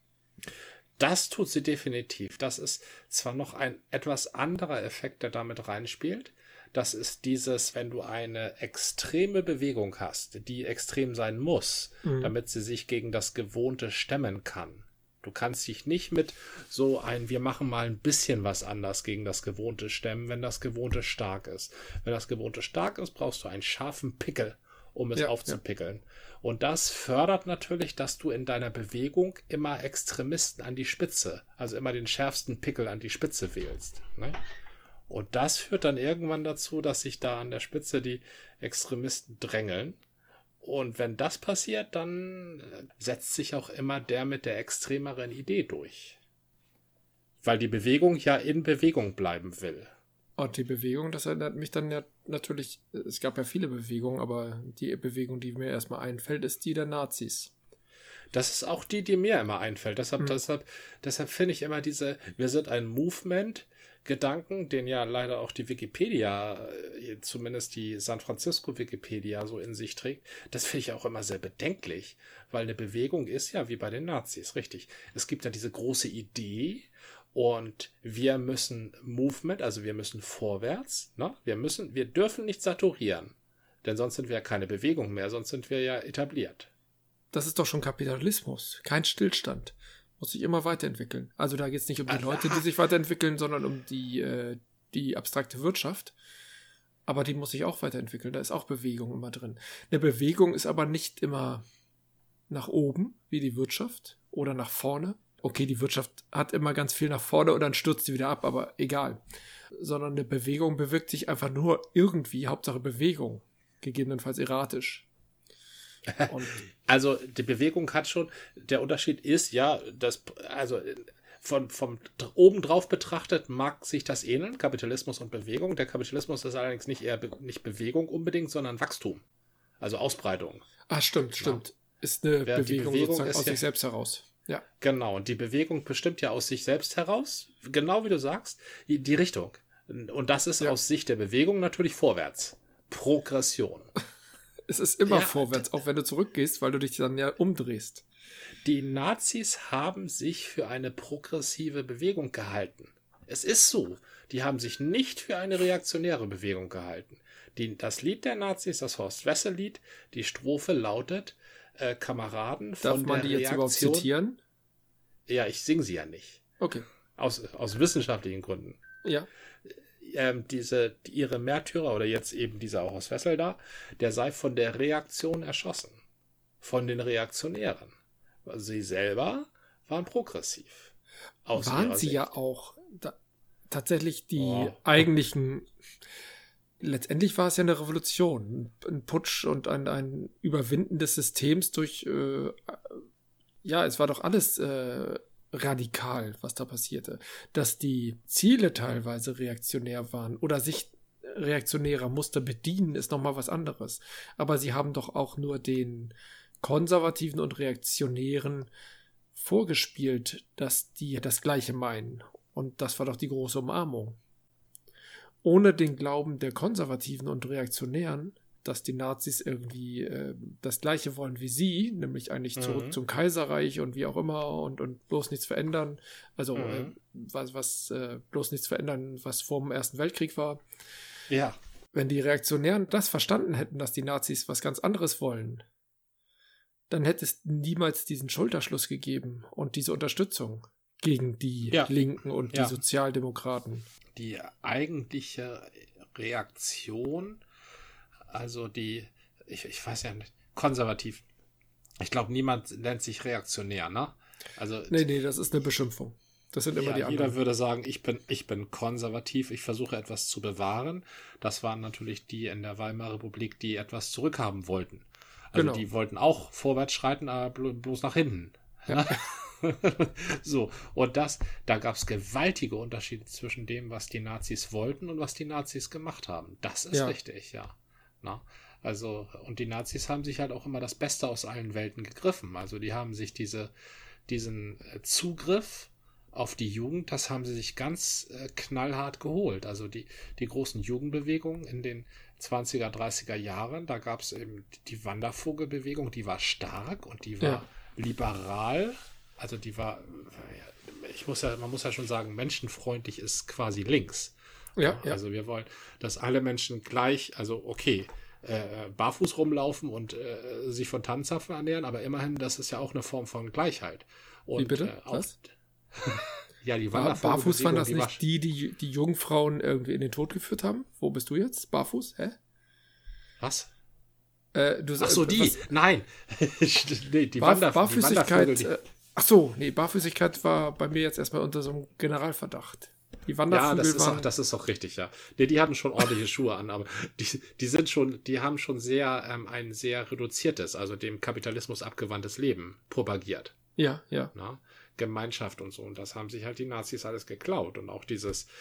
Das tut sie definitiv. Das ist zwar noch ein etwas anderer Effekt, der damit reinspielt. Das ist dieses, wenn du eine extreme Bewegung hast, die extrem sein muss, damit sie sich gegen das Gewohnte stemmen kann. Du kannst dich nicht mit so wir machen mal ein bisschen was anders gegen das Gewohnte stemmen, wenn das Gewohnte stark ist. Wenn das Gewohnte stark ist, brauchst du einen scharfen Pickel, um es aufzupickeln. Und das fördert natürlich, dass du in deiner Bewegung immer Extremisten an die Spitze, also immer den schärfsten Pickel an die Spitze wählst. Ne? Und das führt dann irgendwann dazu, dass sich da an der Spitze die Extremisten drängeln. Und wenn das passiert, dann setzt sich auch immer der mit der extremeren Idee durch. Weil die Bewegung ja in Bewegung bleiben will. Und die Bewegung, das erinnert mich dann ja natürlich, es gab ja viele Bewegungen, aber die Bewegung, die mir erstmal einfällt, ist die der Nazis. Das ist auch die mir immer einfällt. Deshalb finde ich immer wir sind ein Movement-Gedanken, den ja leider auch die Wikipedia, zumindest die San Francisco Wikipedia so in sich trägt. Das finde ich auch immer sehr bedenklich, weil eine Bewegung ist ja wie bei den Nazis, richtig. Es gibt ja diese große Idee und wir müssen Movement, also wir müssen vorwärts, ne? Wir dürfen nicht saturieren, denn sonst sind wir ja keine Bewegung mehr, sonst sind wir ja etabliert. Das ist doch schon Kapitalismus, kein Stillstand. Muss sich immer weiterentwickeln. Also da geht es nicht um die Leute, die sich weiterentwickeln, sondern um die abstrakte Wirtschaft. Aber die muss sich auch weiterentwickeln. Da ist auch Bewegung immer drin. Eine Bewegung ist aber nicht immer nach oben, wie die Wirtschaft, oder nach vorne. Okay, die Wirtschaft hat immer ganz viel nach vorne und dann stürzt sie wieder ab, aber egal. Sondern eine Bewegung bewirkt sich einfach nur irgendwie, Hauptsache Bewegung. Gegebenenfalls erratisch. Also die Bewegung hat schon, der Unterschied ist ja, vom oben drauf betrachtet mag sich das ähneln, Kapitalismus und Bewegung. Der Kapitalismus ist allerdings nicht Bewegung unbedingt, sondern Wachstum, also Ausbreitung. Ah, stimmt. Ist eine Bewegung sozusagen aus sich selbst heraus. Ja. Genau, und die Bewegung bestimmt ja aus sich selbst heraus, genau wie du sagst, die Richtung. Und das ist aus Sicht der Bewegung natürlich vorwärts. Progression. Es ist immer vorwärts, auch wenn du zurückgehst, weil du dich dann ja umdrehst. Die Nazis haben sich für eine progressive Bewegung gehalten. Es ist so. Die haben sich nicht für eine reaktionäre Bewegung gehalten. Das Lied der Nazis, das Horst-Wessel-Lied, die Strophe lautet, Kameraden von der Reaktion... Darf man die jetzt überhaupt zitieren? Ja, ich singe sie ja nicht. Okay. Aus wissenschaftlichen Gründen. Ja. Ihre Märtyrer, oder jetzt eben dieser auch aus Wessel da, der sei von der Reaktion erschossen. Von den Reaktionären. Also sie selber waren progressiv. Waren sie ja auch. tatsächlich die eigentlichen. Letztendlich war es ja eine Revolution, ein Putsch und ein Überwinden des Systems durch, es war doch alles radikal, was da passierte. Dass die Ziele teilweise reaktionär waren oder sich reaktionärer Muster bedienen, ist nochmal was anderes. Aber sie haben doch auch nur den Konservativen und Reaktionären vorgespielt, dass die das Gleiche meinen. Und das war doch die große Umarmung. Ohne den Glauben der Konservativen und Reaktionären, dass die Nazis irgendwie das Gleiche wollen wie sie, nämlich eigentlich zurück zum Kaiserreich und wie auch immer und bloß nichts verändern, also bloß nichts verändern, was vor dem Ersten Weltkrieg war. Ja. Wenn die Reaktionären das verstanden hätten, dass die Nazis was ganz anderes wollen, dann hätte es niemals diesen Schulterschluss gegeben und diese Unterstützung gegen die Linken und die Sozialdemokraten. Die eigentliche Reaktion, also ich weiß ja nicht, konservativ. Ich glaube, niemand nennt sich reaktionär, ne? Also, nee, das ist eine Beschimpfung. Das sind immer die anderen. Jeder würde sagen, ich bin konservativ, ich versuche etwas zu bewahren. Das waren natürlich die in der Weimarer Republik, die etwas zurückhaben wollten. Also die wollten auch vorwärts schreiten, aber bloß nach hinten. Ja. So, und da gab es gewaltige Unterschiede zwischen dem, was die Nazis wollten und was die Nazis gemacht haben. Das ist richtig, ja. Na? Also, und die Nazis haben sich halt auch immer das Beste aus allen Welten gegriffen. Also die haben sich diesen Zugriff auf die Jugend, das haben sie sich ganz knallhart geholt. Also die großen Jugendbewegungen in den 20er, 30er Jahren, da gab es eben die Wandervogelbewegung, die war stark und die war liberal. Also die war, man muss ja schon sagen, menschenfreundlich ist quasi links. Ja. Also wir wollen, dass alle Menschen gleich, barfuß rumlaufen und sich von Tannenzapfen ernähren, aber immerhin, das ist ja auch eine Form von Gleichheit. Und, wie bitte? Was? Ja, die Wandervogelbewegung. Barfuß waren das nicht die Jungfrauen irgendwie in den Tod geführt haben? Wo bist du jetzt? Barfuß? Hä? Was? Ach so, nein. Nee, die Barfüßigkeit. Barfüßigkeit war bei mir jetzt erstmal unter so einem Generalverdacht. Die Wandervögel das ist auch richtig, ja. Nee, die hatten schon ordentliche Schuhe an, aber die haben schon sehr ein sehr reduziertes, also dem Kapitalismus abgewandtes Leben propagiert. Ja. Na? Gemeinschaft und so. Und das haben sich halt die Nazis alles geklaut. Und auch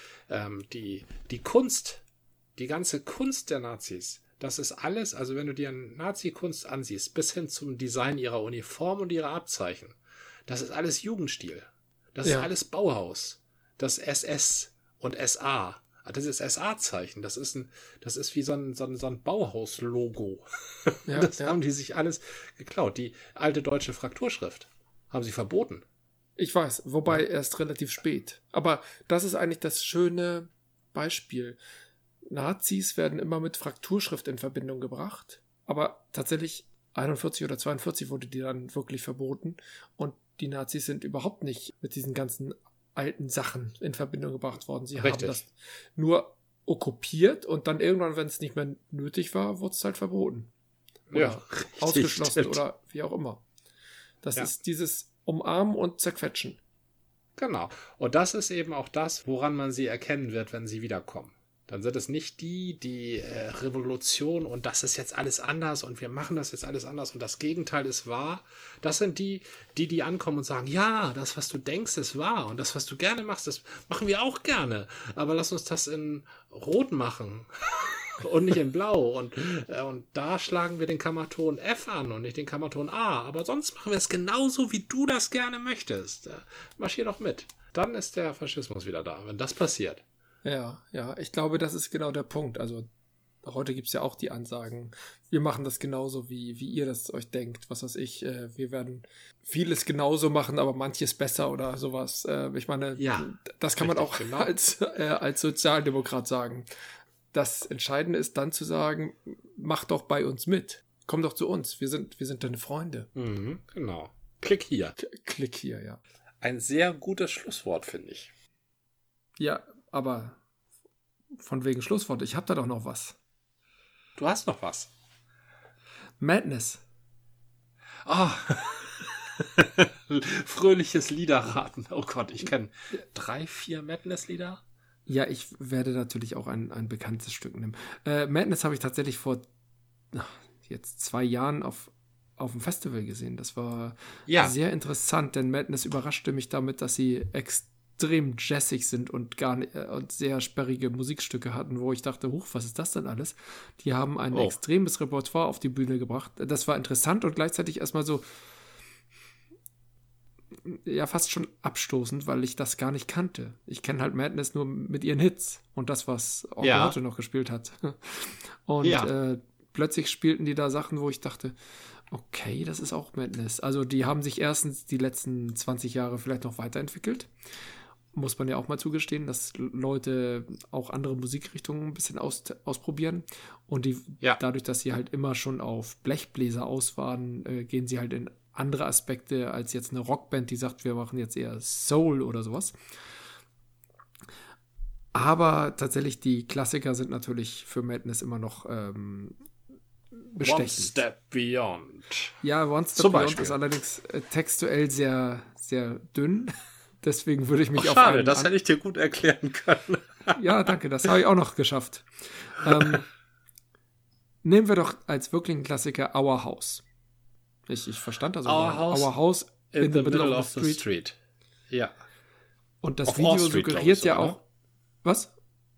die Kunst, die ganze Kunst der Nazis, das ist alles, also wenn du dir Nazi-Kunst ansiehst, bis hin zum Design ihrer Uniform und ihrer Abzeichen, das ist alles Jugendstil. Das ist alles Bauhaus. Das SS und SA. Das ist SA-Zeichen. Das ist wie so ein Bauhaus-Logo. Das haben die sich alles geklaut. Die alte deutsche Frakturschrift haben sie verboten. Ich weiß, wobei erst relativ spät. Aber das ist eigentlich das schöne Beispiel. Nazis werden immer mit Frakturschrift in Verbindung gebracht. Aber tatsächlich 41 oder 42 wurde die dann wirklich verboten. Und die Nazis sind überhaupt nicht mit diesen ganzen alten Sachen in Verbindung gebracht worden. Sie haben das nur okkupiert und dann irgendwann, wenn es nicht mehr nötig war, wurde es halt verboten. Oder ausgeschlossen oder wie auch immer. Das ist dieses Umarmen und Zerquetschen. Genau. Und das ist eben auch das, woran man sie erkennen wird, wenn sie wiederkommen. Dann sind es nicht die Revolution und das ist jetzt alles anders und wir machen das jetzt alles anders und das Gegenteil ist wahr. Das sind die ankommen und sagen, ja, das, was du denkst, ist wahr und das, was du gerne machst, das machen wir auch gerne. Aber lass uns das in Rot machen und nicht in Blau. Und da schlagen wir den Kammerton F an und nicht den Kammerton A. Aber sonst machen wir es genauso, wie du das gerne möchtest. Marschier doch mit. Dann ist der Faschismus wieder da, wenn das passiert. Ja, ich glaube, das ist genau der Punkt. Also heute gibt es ja auch die Ansagen, wir machen das genauso, wie ihr das euch denkt. Was weiß ich, wir werden vieles genauso machen, aber manches besser oder sowas. Ich meine, das kann man auch als Sozialdemokrat sagen. Das Entscheidende ist dann zu sagen, mach doch bei uns mit. Komm doch zu uns, wir sind deine Freunde. Mhm, genau. Klick hier. Klick hier, ja. Ein sehr gutes Schlusswort, finde ich. Ja, aber von wegen Schlusswort, ich habe da doch noch was. Du hast noch was. Madness. Fröhliches Liederraten. Oh Gott, ich kenne 3, 4 Madness-Lieder. Ja, ich werde natürlich auch ein bekanntes Stück nehmen. Madness habe ich tatsächlich vor jetzt 2 Jahren auf dem Festival gesehen. Das war sehr interessant, denn Madness überraschte mich damit, dass sie extrem jazzig sind und und sehr sperrige Musikstücke hatten, wo ich dachte, huch, was ist das denn alles? Die haben ein extremes Repertoire auf die Bühne gebracht. Das war interessant und gleichzeitig erstmal so ja fast schon abstoßend, weil ich das gar nicht kannte. Ich kenne halt Madness nur mit ihren Hits und das, was Orko noch gespielt hat. Und plötzlich spielten die da Sachen, wo ich dachte, okay, das ist auch Madness. Also die haben sich erstens die letzten 20 Jahre vielleicht noch weiterentwickelt. Muss man ja auch mal zugestehen, dass Leute auch andere Musikrichtungen ein bisschen ausprobieren. Und dadurch, dass sie halt immer schon auf Blechbläser aus waren, gehen sie halt in andere Aspekte als jetzt eine Rockband, die sagt, wir machen jetzt eher Soul oder sowas. Aber tatsächlich, die Klassiker sind natürlich für Madness immer noch bestechend. One Step Beyond. Ja, One Step Beyond ist allerdings textuell sehr, sehr dünn. Deswegen würde ich mich schade, das hätte ich dir gut erklären können. Ja, danke, das habe ich auch noch geschafft. Nehmen wir doch als wirklichen Klassiker Our House. Ich verstand das auch. Our House in the middle of the street. Ja. Und das Video suggeriert ja auch. Was?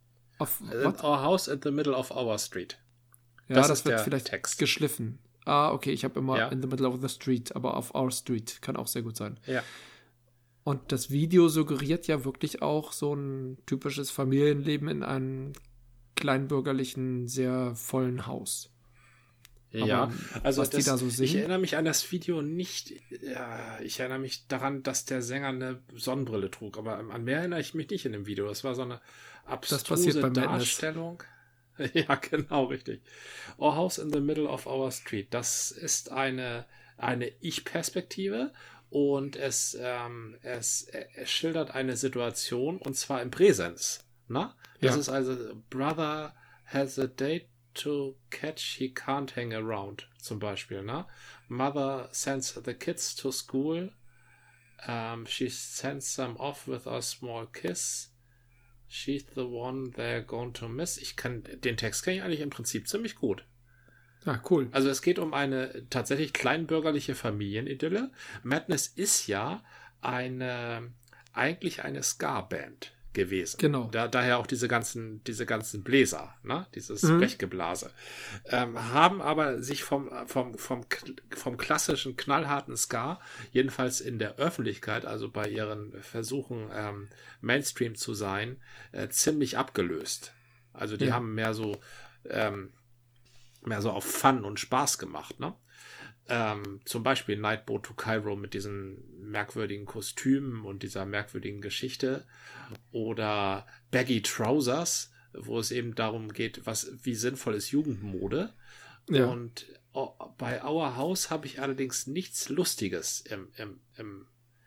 Our House in the middle of our street. Ja, das wird vielleicht Text geschliffen. Okay, ich habe immer in the middle of the street, aber auf our street kann auch sehr gut sein. Ja. Und das Video suggeriert ja wirklich auch so ein typisches Familienleben in einem kleinbürgerlichen, sehr vollen Haus. Ja, also was die da so singen? Ich erinnere mich an das Video nicht. Ich erinnere mich daran, dass der Sänger eine Sonnenbrille trug, aber an mehr erinnere ich mich nicht in dem Video. Das war so eine abstruse Darstellung. Ja, genau, richtig. Our House in the Middle of Our Street. Das ist eine Ich-Perspektive und es schildert eine Situation und zwar im Präsens. Na? Das ist also Brother has a date to catch, he can't hang around, zum Beispiel. Ne? Mother sends the kids to school. She sends them off with a small kiss. She's the one they're going to miss. Den Text kenne ich eigentlich im Prinzip ziemlich gut. Ah, cool. Also es geht um eine tatsächlich kleinbürgerliche Familienidylle. Madness ist ja eigentlich eine Ska-Band gewesen. Genau. Daher auch diese ganzen Bläser, ne? Dieses Blechgeblase. Haben aber sich vom klassischen knallharten Ska, jedenfalls in der Öffentlichkeit, also bei ihren Versuchen Mainstream zu sein, ziemlich abgelöst. Also die haben mehr so auf Fun und Spaß gemacht, ne? Zum Beispiel Nightboat to Cairo mit diesen merkwürdigen Kostümen und dieser merkwürdigen Geschichte oder Baggy Trousers, wo es eben darum geht, wie sinnvoll ist Jugendmode. Ja. Und bei Our House habe ich allerdings nichts Lustiges im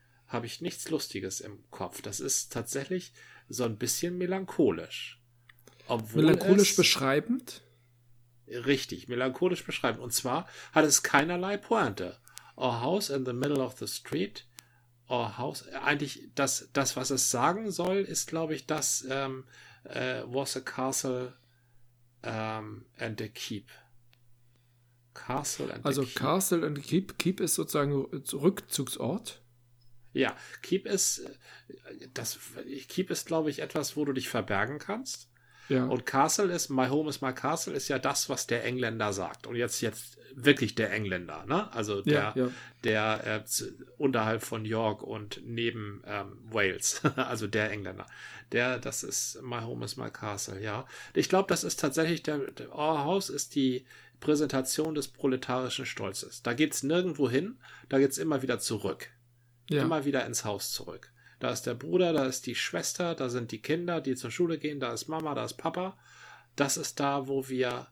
Kopf. Das ist tatsächlich so ein bisschen melancholisch. Melancholisch beschreibend? Richtig, melancholisch beschreiben. Und zwar hat es keinerlei Pointe. Our house in the middle of the street. Our house. Eigentlich das was es sagen soll, ist, glaube ich, das was a castle and a keep. Castle and a keep. Castle and a keep. Keep ist sozusagen Rückzugsort. Ja, Keep ist, glaube ich, etwas, wo du dich verbergen kannst. Ja. Und Castle ist, my home is my castle, ist ja das, was der Engländer sagt. Und jetzt wirklich der Engländer, ne? Also der unterhalb von York und neben Wales. Also der Engländer. Das ist my home is my castle, ja. Ich glaube, das ist tatsächlich Our House ist die Präsentation des proletarischen Stolzes. Da geht's nirgendwo hin, da geht's immer wieder zurück. Ja. Immer wieder ins Haus zurück. Da ist der Bruder, da ist die Schwester, da sind die Kinder, die zur Schule gehen, da ist Mama, da ist Papa. Das ist da, wo wir,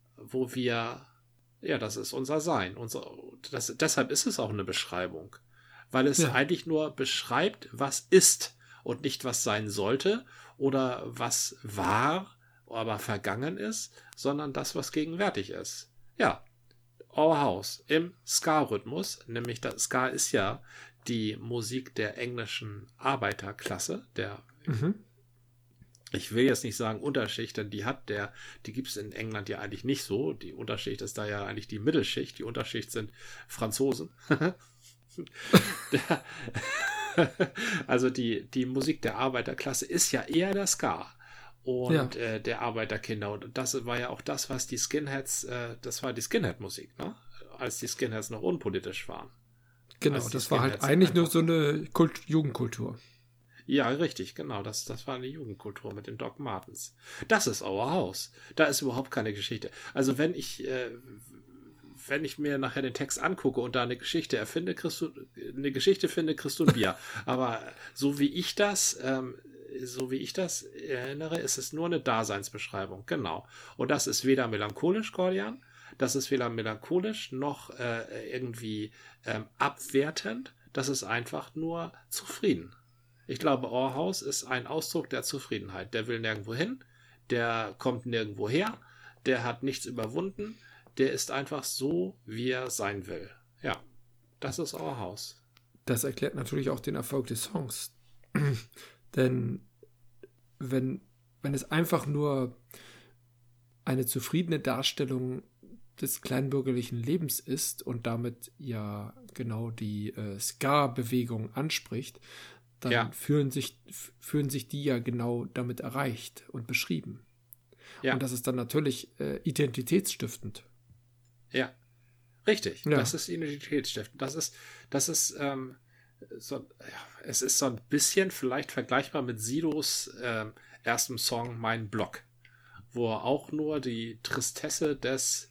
das ist unser Sein. Deshalb ist es auch eine Beschreibung. Weil es eigentlich nur beschreibt, was ist und nicht, was sein sollte oder was war, aber vergangen ist, sondern das, was gegenwärtig ist. Ja, Our House im Ska-Rhythmus, nämlich das Ska ist ja die Musik der englischen Arbeiterklasse, der ich will jetzt nicht sagen Unterschicht, denn die gibt es in England ja eigentlich nicht so. Die Unterschicht ist da ja eigentlich die Mittelschicht. Die Unterschicht sind Franzosen. Also die Musik der Arbeiterklasse ist ja eher der Ska und der Arbeiterkinder. Und das war ja auch das, was die Skinheads, das war die Skinhead-Musik, ne? Als die Skinheads noch unpolitisch waren. Genau, das war halt eigentlich nur so eine Jugendkultur. Ja, richtig, genau. Das war eine Jugendkultur mit den Doc Martens. Das ist Our House. Da ist überhaupt keine Geschichte. Also wenn ich mir nachher den Text angucke und da eine Geschichte finde, kriegst du ein Bier. Aber so wie ich das erinnere, ist es nur eine Daseinsbeschreibung. Genau. Und das ist weder melancholisch, Gordian, das ist weder melancholisch noch irgendwie abwertend. Das ist einfach nur zufrieden. Ich glaube, Our House ist ein Ausdruck der Zufriedenheit. Der will nirgendwo hin, der kommt nirgendwo her, der hat nichts überwunden, der ist einfach so, wie er sein will. Ja, das ist Our House. Das erklärt natürlich auch den Erfolg des Songs. Denn wenn es einfach nur eine zufriedene Darstellung des kleinbürgerlichen Lebens ist und damit ja genau die Ska-Bewegung anspricht, dann fühlen sich die ja genau damit erreicht und beschrieben. Ja. Und das ist dann natürlich identitätsstiftend. Ja, richtig. Ja. Das ist identitätsstiftend. Es ist so ein bisschen vielleicht vergleichbar mit Sidos erstem Song Mein Block, wo er auch nur die Tristesse des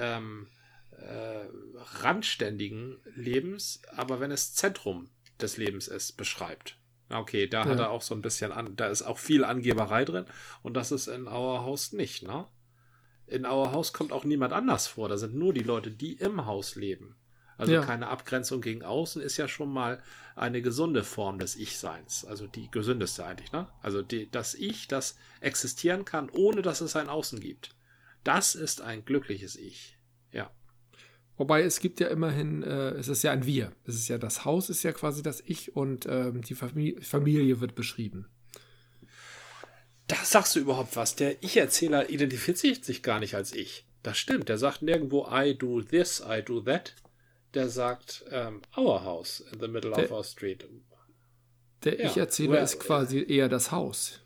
randständigen Lebens, aber wenn es Zentrum des Lebens ist, beschreibt. Okay, da hat er auch so ein bisschen da ist auch viel Angeberei drin und das ist in Our House nicht, ne? In Our House kommt auch niemand anders vor, da sind nur die Leute, die im Haus leben. Also keine Abgrenzung gegen außen ist ja schon mal eine gesunde Form des Ich-Seins, also die gesündeste eigentlich, ne? Also das Ich, das existieren kann, ohne dass es ein Außen gibt. Das ist ein glückliches Ich, ja. Wobei es gibt ja immerhin, es ist ja ein Wir. Es ist ja das Haus, ist ja quasi das Ich und die Familie wird beschrieben. Da sagst du überhaupt was. Der Ich-Erzähler identifiziert sich gar nicht als Ich. Das stimmt. Der sagt nirgendwo I do this, I do that. Der sagt our house in the middle of our street. Der Ich-Erzähler ist quasi eher das Haus.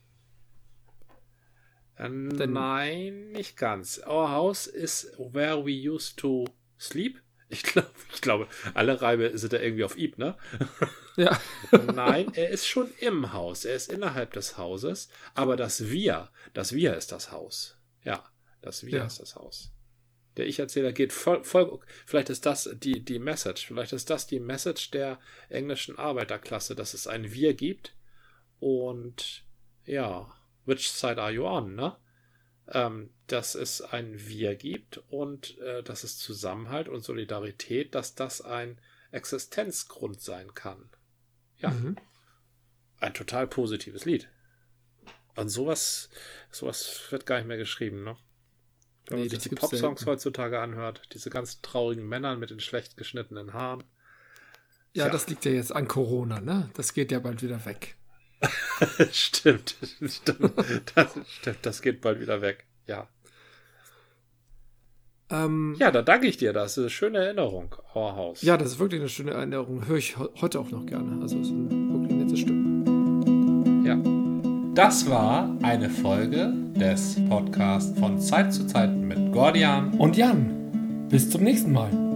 Nein, nicht ganz. Our house is where we used to sleep? Ich glaube, alle Reime sind da irgendwie auf Ib, ne? Ja. Nein, er ist schon im Haus. Er ist innerhalb des Hauses. Aber das Wir ist das Haus. Ja, das Wir ist das Haus. Der Ich-Erzähler geht voll. Vielleicht ist das die Message. Vielleicht ist das die Message der englischen Arbeiterklasse, dass es ein Wir gibt. Und ja, which side are you on, ne? Dass es ein Wir gibt und dass es Zusammenhalt und Solidarität, dass das ein Existenzgrund sein kann. Ja. Ein total positives Lied. Und sowas wird gar nicht mehr geschrieben, ne? Wenn man sich die Popsongs heutzutage anhört, diese ganzen traurigen Männer mit den schlecht geschnittenen Haaren. Ja, das liegt ja jetzt an Corona, ne? Das geht ja bald wieder weg. Stimmt. Das geht bald wieder weg. Ja. Ja, da danke ich dir. Das ist eine schöne Erinnerung, Our House. Ja, das ist wirklich eine schöne Erinnerung. Höre ich heute auch noch gerne. Also es ist ein wirklich nettes Stück. Ja. Das war eine Folge des Podcasts von Zeit zu Zeit mit Gordian und Jan. Bis zum nächsten Mal.